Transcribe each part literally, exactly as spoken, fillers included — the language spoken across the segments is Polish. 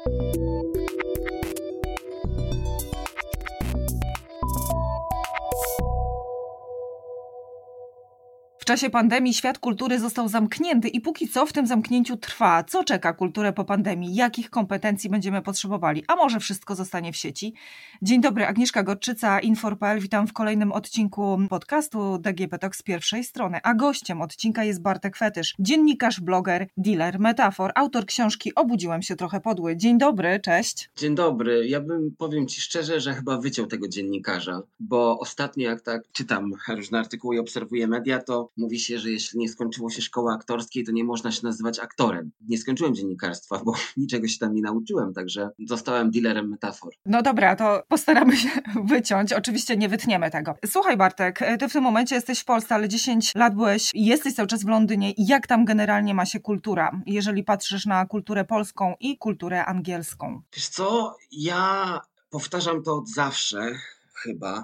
W czasie pandemii świat kultury został zamknięty i póki co w tym zamknięciu trwa. Co czeka kulturę po pandemii? Jakich kompetencji będziemy potrzebowali? A może wszystko zostanie w sieci? Dzień dobry, Agnieszka Gorczyca, Infor kropka pe el. Witam w kolejnym odcinku podcastu D G P Talk z pierwszej strony. A gościem odcinka jest Bartek Fetysz, dziennikarz, bloger, dealer, metafor, autor książki Obudziłem się trochę podły. Dzień dobry, cześć. Dzień dobry. Ja bym, powiem Ci szczerze, że chyba wyciął tego dziennikarza, bo ostatnio jak tak czytam różne artykuły i obserwuję media, to mówi się, że jeśli nie skończyło się szkoły aktorskiej, to nie można się nazywać aktorem. Nie skończyłem dziennikarstwa, bo niczego się tam nie nauczyłem, także zostałem dealerem metafor. No dobra, to postaramy się wyciąć. Oczywiście nie wytniemy tego. Słuchaj Bartek, ty w tym momencie jesteś w Polsce, ale dziesięć lat byłeś i jesteś cały czas w Londynie. Jak tam generalnie ma się kultura, jeżeli patrzysz na kulturę polską i kulturę angielską? Wiesz co, ja powtarzam to od zawsze chyba,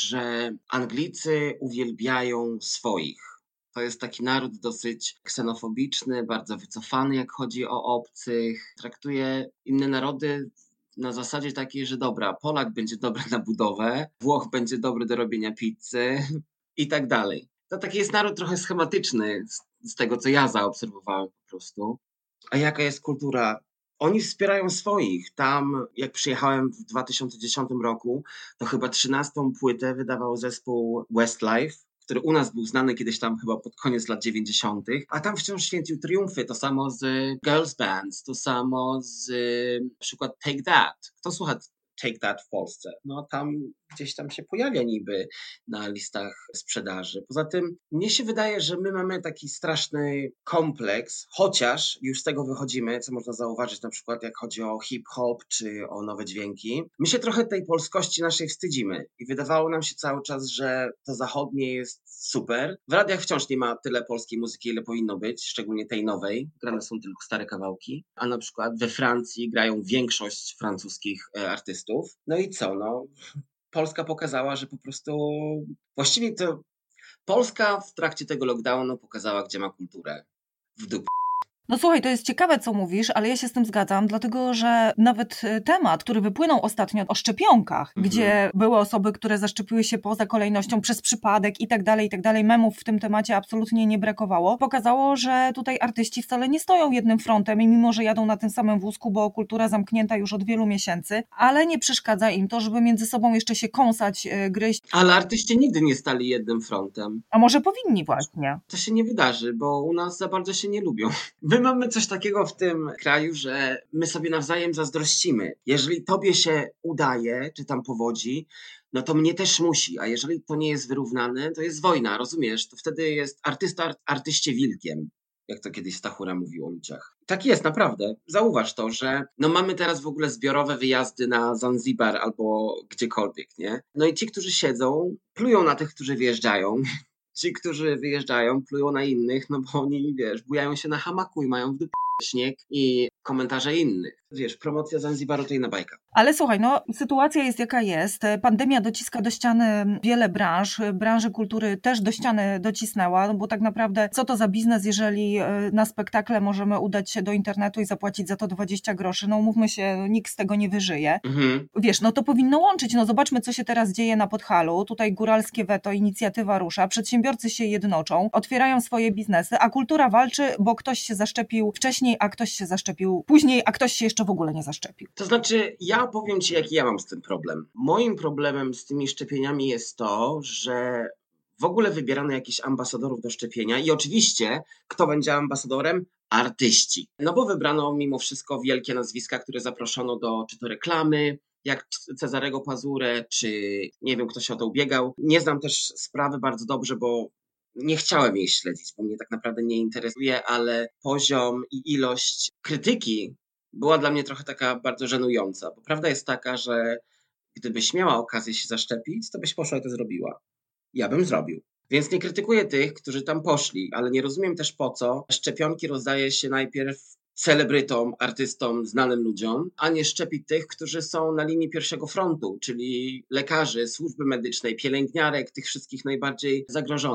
że Anglicy uwielbiają swoich. To jest taki naród dosyć ksenofobiczny, bardzo wycofany, jak chodzi o obcych. Traktuje inne narody na zasadzie takiej, że dobra, Polak będzie dobry na budowę, Włoch będzie dobry do robienia pizzy i tak dalej. To taki jest naród trochę schematyczny z, z tego, co ja zaobserwowałem po prostu. A jaka jest kultura? Oni wspierają swoich. Tam, jak przyjechałem w dwa tysiące dziesiątym roku, to chyba trzynastą płytę wydawał zespół Westlife, który u nas był znany kiedyś tam chyba pod koniec lat dziewięćdziesiątych, a tam wciąż święcił triumfy. To samo z Girls Bands, to samo z na przykład Take That. Kto słucha Take That w Polsce? No tam gdzieś tam się pojawia niby na listach sprzedaży. Poza tym mnie się wydaje, że my mamy taki straszny kompleks, chociaż już z tego wychodzimy, co można zauważyć na przykład jak chodzi o hip-hop czy o nowe dźwięki. My się trochę tej polskości naszej wstydzimy i wydawało nam się cały czas, że to zachodnie jest super. W radiach wciąż nie ma tyle polskiej muzyki, ile powinno być, szczególnie tej nowej. Grane są tylko stare kawałki, a na przykład we Francji grają większość francuskich e, artystów. No i co, no... Polska pokazała, że po prostu właściwie to Polska w trakcie tego lockdownu pokazała, gdzie ma kulturę. W dupie. No słuchaj, to jest ciekawe, co mówisz, ale ja się z tym zgadzam, dlatego że nawet temat, który wypłynął ostatnio o szczepionkach, mhm. gdzie były osoby, które zaszczepiły się poza kolejnością przez przypadek i tak dalej, i tak dalej, memów w tym temacie absolutnie nie brakowało, pokazało, że tutaj artyści wcale nie stoją jednym frontem i mimo, że jadą na tym samym wózku, bo kultura zamknięta już od wielu miesięcy, ale nie przeszkadza im to, żeby między sobą jeszcze się kąsać, gryźć. Ale artyści nigdy nie stali jednym frontem. A może powinni właśnie? To się nie wydarzy, bo u nas za bardzo się nie lubią. My mamy coś takiego w tym kraju, że my sobie nawzajem zazdrościmy. Jeżeli tobie się udaje, czy tam powodzi, no to mnie też musi, a jeżeli to nie jest wyrównane, to jest wojna, rozumiesz? To wtedy jest artysta artyście wilkiem, jak to kiedyś Stachura mówił o ludziach. Tak jest, naprawdę. Zauważ to, że no mamy teraz w ogóle zbiorowe wyjazdy na Zanzibar albo gdziekolwiek, nie? No i ci, którzy siedzą, plują na tych, którzy wyjeżdżają. Ci, którzy wyjeżdżają, plują na innych, no bo oni, wiesz, bujają się na hamaku i mają w dupie śnieg i komentarze innych. Wiesz, promocja Zanzibaru to inna bajka. Ale słuchaj, no sytuacja jest jaka jest. Pandemia dociska do ściany wiele branż. Branży kultury też do ściany docisnęła, no bo tak naprawdę co to za biznes, jeżeli na spektakle możemy udać się do internetu i zapłacić za to dwadzieścia groszy? No umówmy się, nikt z tego nie wyżyje. Mhm. Wiesz, no to powinno łączyć. No zobaczmy, co się teraz dzieje na Podhalu. Tutaj góralskie weto, inicjatywa rusza. Przedsiębiorcy się jednoczą, otwierają swoje biznesy, a kultura walczy, bo ktoś się zaszczepił wcześniej, a ktoś się zaszczepił później, a ktoś się jeszcze w ogóle nie zaszczepił. To znaczy, ja powiem Ci, jaki ja mam z tym problem. Moim problemem z tymi szczepieniami jest to, że w ogóle wybierano jakichś ambasadorów do szczepienia i oczywiście, kto będzie ambasadorem? Artyści. No bo wybrano mimo wszystko wielkie nazwiska, które zaproszono do czy to reklamy, jak Cezarego Pazurę, czy nie wiem, kto się o to ubiegał. Nie znam też sprawy bardzo dobrze, bo nie chciałem jej śledzić, bo mnie tak naprawdę nie interesuje, ale poziom i ilość krytyki była dla mnie trochę taka bardzo żenująca, bo prawda jest taka, że gdybyś miała okazję się zaszczepić, to byś poszła i to zrobiła. Ja bym zrobił. Więc nie krytykuję tych, którzy tam poszli, ale nie rozumiem też po co szczepionki rozdaje się najpierw celebrytom, artystom, znanym ludziom, a nie szczepić tych, którzy są na linii pierwszego frontu, czyli lekarzy, służby medycznej, pielęgniarek, tych wszystkich najbardziej zagrożonych.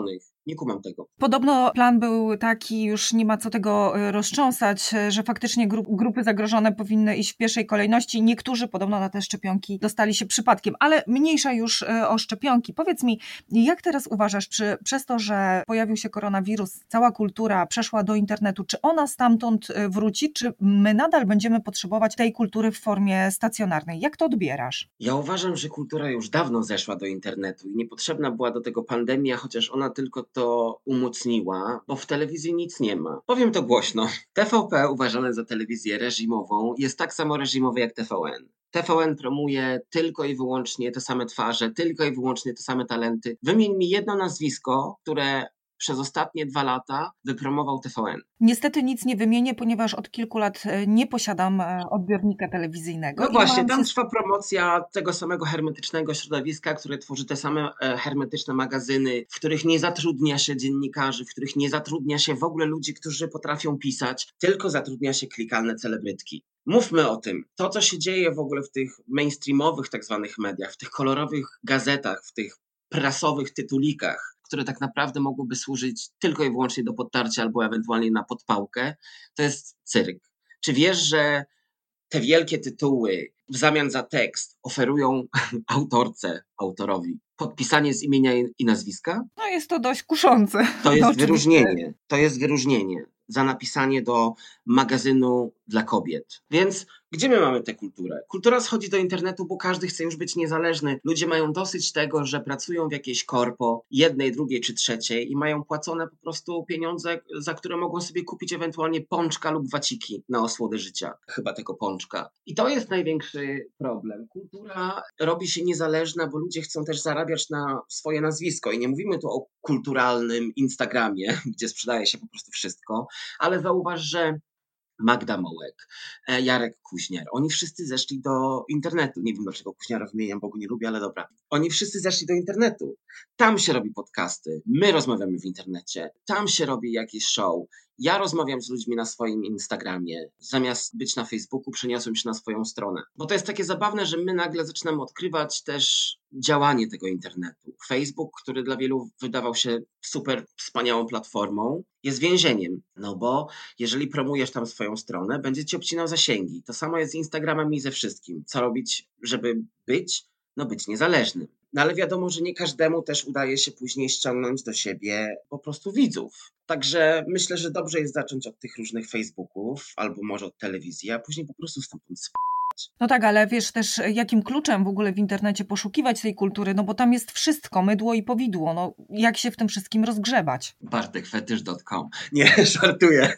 Nie kumam tego. Podobno plan był taki, już nie ma co tego e, roztrząsać, e, że faktycznie grup, grupy zagrożone powinny iść w pierwszej kolejności. Niektórzy podobno na te szczepionki dostali się przypadkiem, ale mniejsza już e, o szczepionki. Powiedz mi, jak teraz uważasz, czy przez to, że pojawił się koronawirus, cała kultura przeszła do internetu, czy ona stamtąd e, wróci, czy my nadal będziemy potrzebować tej kultury w formie stacjonarnej? Jak to odbierasz? Ja uważam, że kultura już dawno zeszła do internetu i niepotrzebna była do tego pandemia, chociaż ona tylko to umocniła, bo w telewizji nic nie ma. Powiem to głośno. T V P, uważane za telewizję reżimową, jest tak samo reżimowe jak T V N. T V N promuje tylko i wyłącznie te same twarze, tylko i wyłącznie te same talenty. Wymień mi jedno nazwisko, które przez ostatnie dwa lata wypromował T V N. Niestety nic nie wymienię, ponieważ od kilku lat e, nie posiadam e, odbiornika telewizyjnego No i właśnie, obawiam tam się. trwa promocja tego samego hermetycznego środowiska, które tworzy te same e, hermetyczne magazyny, w których nie zatrudnia się dziennikarzy, w których nie zatrudnia się w ogóle ludzi, którzy potrafią pisać, tylko zatrudnia się klikalne celebrytki. Mówmy o tym. To, co się dzieje w ogóle w tych mainstreamowych tak zwanych mediach, w tych kolorowych gazetach, w tych prasowych tytulikach, które tak naprawdę mogłyby służyć tylko i wyłącznie do podtarcia albo ewentualnie na podpałkę, to jest cyrk. Czy wiesz, że te wielkie tytuły w zamian za tekst oferują autorce, autorowi podpisanie z imienia i nazwiska? No jest to dość kuszące. To No jest oczywiście. wyróżnienie. To jest wyróżnienie za napisanie do magazynu dla kobiet. Więc gdzie my mamy tę kulturę? Kultura schodzi do internetu, bo każdy chce już być niezależny. Ludzie mają dosyć tego, że pracują w jakiejś korpo, jednej, drugiej czy trzeciej i mają płacone po prostu pieniądze, za które mogą sobie kupić ewentualnie pączka lub waciki na osłodę życia. Chyba tego pączka. I to jest największy problem. Kultura robi się niezależna, bo ludzie chcą też zarabiać na swoje nazwisko. I nie mówimy tu o kulturalnym Instagramie, gdzie sprzedaje się po prostu wszystko, ale zauważ, że Magda Mołek, e, Jarek Kuźniar, oni wszyscy zeszli do internetu. Nie wiem, dlaczego Kuźniara wymieniam, bo go nie lubię, ale dobra. Oni wszyscy zeszli do internetu. Tam się robi podcasty, my rozmawiamy w internecie, tam się robi jakieś show. Ja rozmawiam z ludźmi na swoim Instagramie. Zamiast być na Facebooku, przeniosłem się na swoją stronę. Bo to jest takie zabawne, że my nagle zaczynamy odkrywać też działanie tego internetu. Facebook, który dla wielu wydawał się super wspaniałą platformą, jest więzieniem. No bo jeżeli promujesz tam swoją stronę, będzie ci obcinał zasięgi. To samo jest z Instagramem i ze wszystkim. Co robić, żeby być? No być niezależnym. No ale wiadomo, że nie każdemu też udaje się później ściągnąć do siebie po prostu widzów. Także myślę, że dobrze jest zacząć od tych różnych Facebooków albo może od telewizji, a później po prostu stamtąd sp- No tak, ale wiesz też, jakim kluczem w ogóle w internecie poszukiwać tej kultury, no bo tam jest wszystko, mydło i powidło, no jak się w tym wszystkim rozgrzebać? bartek fetysz kropka com. Nie, żartuję.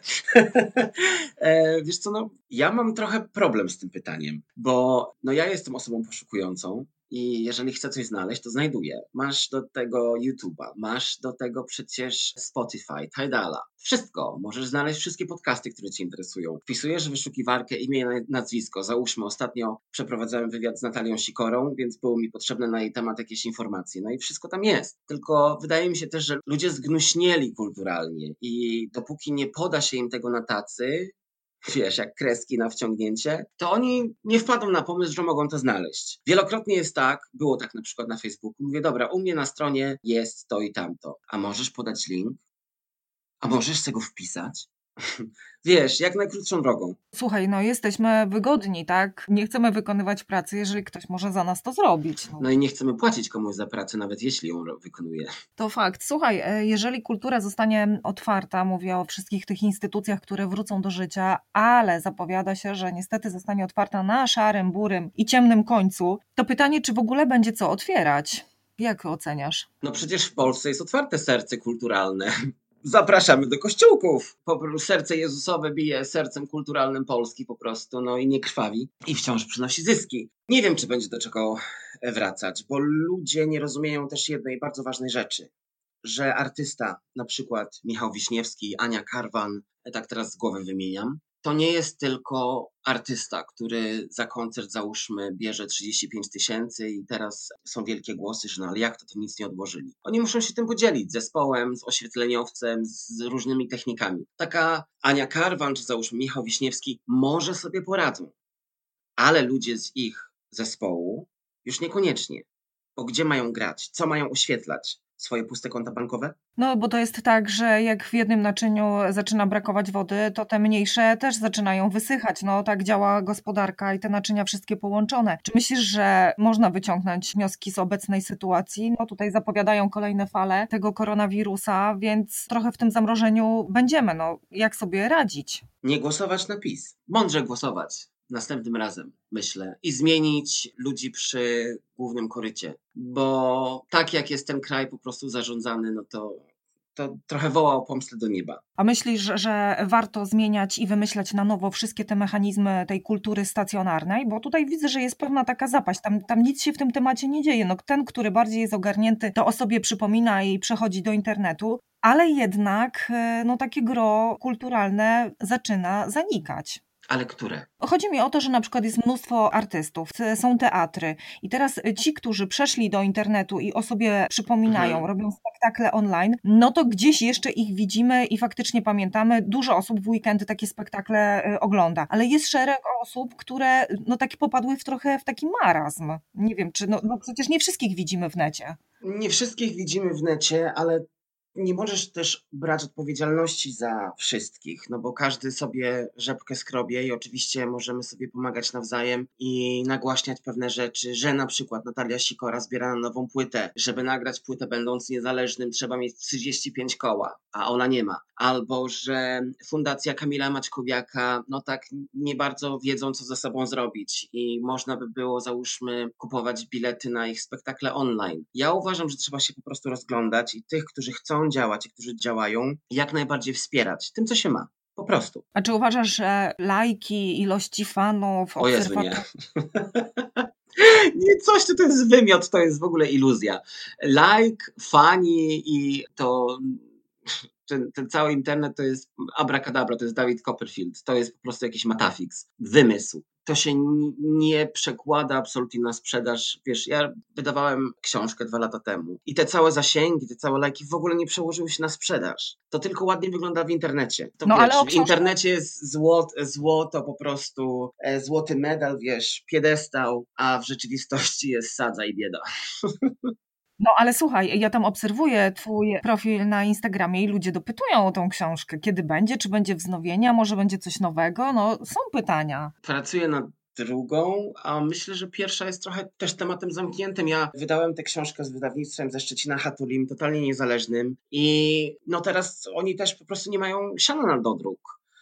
E, Wiesz co, no ja mam trochę problem z tym pytaniem, bo no ja jestem osobą poszukującą i jeżeli chcę coś znaleźć, to znajduję. Masz do tego YouTube'a, masz do tego przecież Spotify, Tidala. Wszystko. Możesz znaleźć wszystkie podcasty, które cię interesują. Wpisujesz w wyszukiwarkę imię i nazwisko. Załóżmy, ostatnio przeprowadzałem wywiad z Natalią Sikorą, więc były mi potrzebne na jej temat jakieś informacje. No i wszystko tam jest. Tylko wydaje mi się też, że ludzie zgnuśnieli kulturalnie i dopóki nie poda się im tego na tacy, wiesz, jak kreski na wciągnięcie, to oni nie wpadną na pomysł, że mogą to znaleźć. Wielokrotnie jest tak, było tak na przykład na Facebooku, mówię, dobra, u mnie na stronie jest to i tamto, a możesz podać link? A możesz tego wpisać? Wiesz, jak najkrótszą drogą. Słuchaj, no jesteśmy wygodni, tak? Nie chcemy wykonywać pracy, jeżeli ktoś może za nas to zrobić. No. No i nie chcemy płacić komuś za pracę, nawet jeśli ją ro- wykonuje. To fakt. Słuchaj, e, jeżeli kultura zostanie otwarta, mówię o wszystkich tych instytucjach, które wrócą do życia, ale zapowiada się, że niestety zostanie otwarta na szarym, burym i ciemnym końcu, to pytanie, czy w ogóle będzie co otwierać? Jak oceniasz? No przecież w Polsce jest otwarte serce kulturalne. Zapraszamy do kościółków. Po prostu serce Jezusowe bije sercem kulturalnym Polski po prostu, no i nie krwawi i wciąż przynosi zyski. Nie wiem, czy będzie do czego wracać, bo ludzie nie rozumieją też jednej bardzo ważnej rzeczy, że artysta, na przykład Michał Wiśniewski, Ania Karwan, tak teraz z głowy wymieniam, to nie jest tylko artysta, który za koncert, załóżmy, bierze trzydzieści pięć tysięcy i teraz są wielkie głosy, że no ale jak to, to nic nie odłożyli. Oni muszą się tym podzielić z zespołem, z oświetleniowcem, z różnymi technikami. Taka Ania Karwan, czy załóżmy Michał Wiśniewski, może sobie poradzą, ale ludzie z ich zespołu już niekoniecznie. Bo gdzie mają grać? Co mają oświetlać? swoje puste konta bankowe? No, bo to jest tak, że jak w jednym naczyniu zaczyna brakować wody, to te mniejsze też zaczynają wysychać. No, tak działa gospodarka i te naczynia wszystkie połączone. Czy myślisz, że można wyciągnąć wnioski z obecnej sytuacji? No, tutaj zapowiadają kolejne fale tego koronawirusa, więc trochę w tym zamrożeniu będziemy. No, jak sobie radzić? Nie głosować na PiS. Mądrze głosować następnym razem, myślę. I zmienić ludzi przy głównym korycie. Bo tak jak jest ten kraj po prostu zarządzany, no to, to trochę woła o pomstę do nieba. A myślisz, że warto zmieniać i wymyślać na nowo wszystkie te mechanizmy tej kultury stacjonarnej? Bo tutaj widzę, że jest pewna taka zapaść. Tam, tam nic się w tym temacie nie dzieje. No, ten, który bardziej jest ogarnięty, to o sobie przypomina i przechodzi do internetu, ale jednak no, takie gro kulturalne zaczyna zanikać. Ale które? Chodzi mi o to, że na przykład jest mnóstwo artystów, są teatry i teraz ci, którzy przeszli do internetu i o sobie przypominają, mhm. robią spektakle online, no to gdzieś jeszcze ich widzimy i faktycznie pamiętamy. Dużo osób w weekendy takie spektakle ogląda, ale jest szereg osób, które no takie popadły w trochę w taki marazm. Nie wiem, czy no, no przecież nie wszystkich widzimy w necie. Nie wszystkich widzimy w necie, ale nie możesz też brać odpowiedzialności za wszystkich, no bo każdy sobie rzepkę skrobie i oczywiście możemy sobie pomagać nawzajem i nagłaśniać pewne rzeczy, że na przykład Natalia Sikora zbiera na nową płytę. Żeby nagrać płytę będąc niezależnym trzeba mieć trzydzieści pięć koła, a ona nie ma. Albo, że Fundacja Kamila Maćkowiaka, no tak nie bardzo wiedzą, co ze sobą zrobić i można by było, załóżmy, kupować bilety na ich spektakle online. Ja uważam, że trzeba się po prostu rozglądać i tych, którzy chcą działać i którzy działają, jak najbardziej wspierać tym, co się ma. Po prostu. A czy uważasz, że lajki, ilości fanów, o Jezu, nie. Nie, coś to, to jest wymiot, to jest w ogóle iluzja. Like, fani i to... Ten, ten cały internet to jest abracadabra, to jest David Copperfield, to jest po prostu jakiś matafix, wymysł. To się nie przekłada absolutnie na sprzedaż. Wiesz, ja wydawałem książkę dwa lata temu i te całe zasięgi, te całe lajki w ogóle nie przełożyły się na sprzedaż. To tylko ładnie wygląda w internecie. To no, wiesz, ale w internecie jest złot, złoto po prostu, złoty medal, wiesz, piedestał, a w rzeczywistości jest sadza i bieda. No ale słuchaj, ja tam obserwuję twój profil na Instagramie i ludzie dopytują o tą książkę. Kiedy będzie? Czy będzie wznowienie? Może będzie coś nowego? No są pytania. Pracuję nad drugą, a myślę, że pierwsza jest trochę też tematem zamkniętym. Ja wydałem tę książkę z wydawnictwem ze Szczecina Hatulim, totalnie niezależnym i no teraz oni też po prostu nie mają siana na dodruk.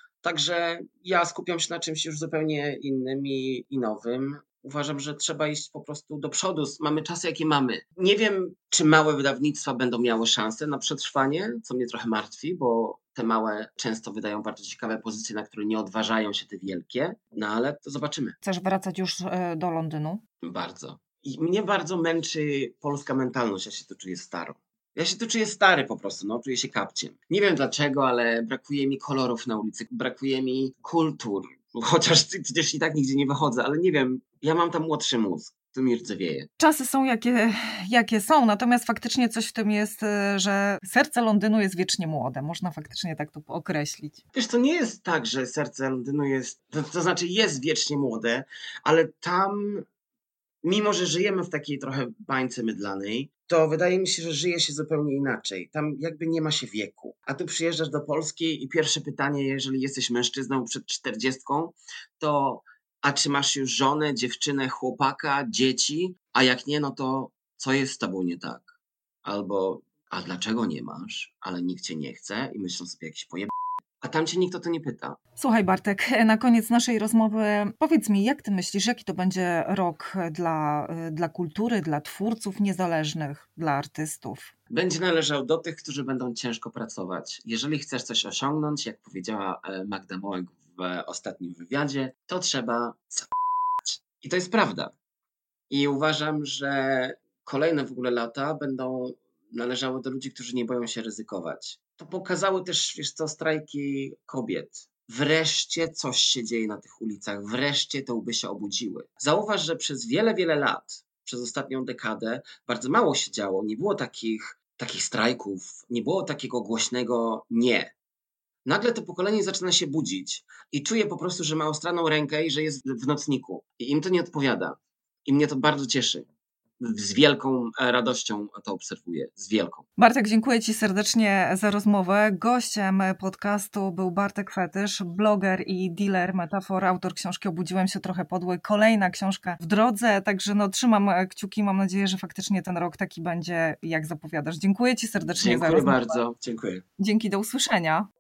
Także ja skupiam się na czymś już zupełnie innym i, i nowym. Uważam, że trzeba iść po prostu do przodu. Mamy czasy, jakie mamy. Nie wiem, czy małe wydawnictwa będą miały szansę na przetrwanie, co mnie trochę martwi, bo te małe często wydają bardzo ciekawe pozycje, na które nie odważają się te wielkie, no ale to zobaczymy. Chcesz wracać już do Londynu? Bardzo. I mnie bardzo męczy polska mentalność. Ja się tu czuję staro. Ja się tu czuję stary po prostu, no, czuję się kapciem. Nie wiem dlaczego, ale brakuje mi kolorów na ulicy, brakuje mi kultur. Chociaż przecież i tak nigdzie nie wychodzę, ale nie wiem, ja mam tam młodszy mózg, to mi rdzewieje. Czasy są jakie, jakie są, natomiast faktycznie coś w tym jest, że serce Londynu jest wiecznie młode, można faktycznie tak to określić. Wiesz, to nie jest tak, że serce Londynu jest, to, to znaczy jest wiecznie młode, ale tam, mimo że żyjemy w takiej trochę bańce mydlanej, to wydaje mi się, że żyje się zupełnie inaczej. Tam jakby nie ma się wieku. A tu przyjeżdżasz do Polski i pierwsze pytanie, jeżeli jesteś mężczyzną przed czterdziestką, to a czy masz już żonę, dziewczynę, chłopaka, dzieci? A jak nie, no to co jest z tobą nie tak? Albo a dlaczego nie masz? Ale nikt cię nie chce i myślą sobie jakiś pojeb... A tam cię nikt o to nie pyta. Słuchaj Bartek, na koniec naszej rozmowy powiedz mi, jak ty myślisz, jaki to będzie rok dla, dla kultury, dla twórców niezależnych, dla artystów? Będzie należał do tych, którzy będą ciężko pracować. Jeżeli chcesz coś osiągnąć, jak powiedziała Magda Mołek w ostatnim wywiadzie, to trzeba z***ać. I to jest prawda. I uważam, że kolejne w ogóle lata będą należały do ludzi, którzy nie boją się ryzykować. To pokazały też, wiesz co, strajki kobiet. Wreszcie coś się dzieje na tych ulicach, wreszcie te łby się obudziły. Zauważ, że przez wiele, wiele lat, przez ostatnią dekadę, bardzo mało się działo. Nie było takich, takich strajków, nie było takiego głośnego nie. Nagle to pokolenie zaczyna się budzić i czuje po prostu, że ma ostraną rękę i że jest w nocniku. I im to nie odpowiada. I mnie to bardzo cieszy. z wielką radością to obserwuję, z wielką. Bartek, dziękuję Ci serdecznie za rozmowę. Gościem podcastu był Bartek Fetysz, bloger i dealer metafor, autor książki Obudziłem się trochę podły. Kolejna książka w drodze, także no trzymam kciuki, mam nadzieję, że faktycznie ten rok taki będzie, jak zapowiadasz. Dziękuję Ci serdecznie Dziękuję za rozmowę. bardzo, dziękuję. Dzięki, do usłyszenia.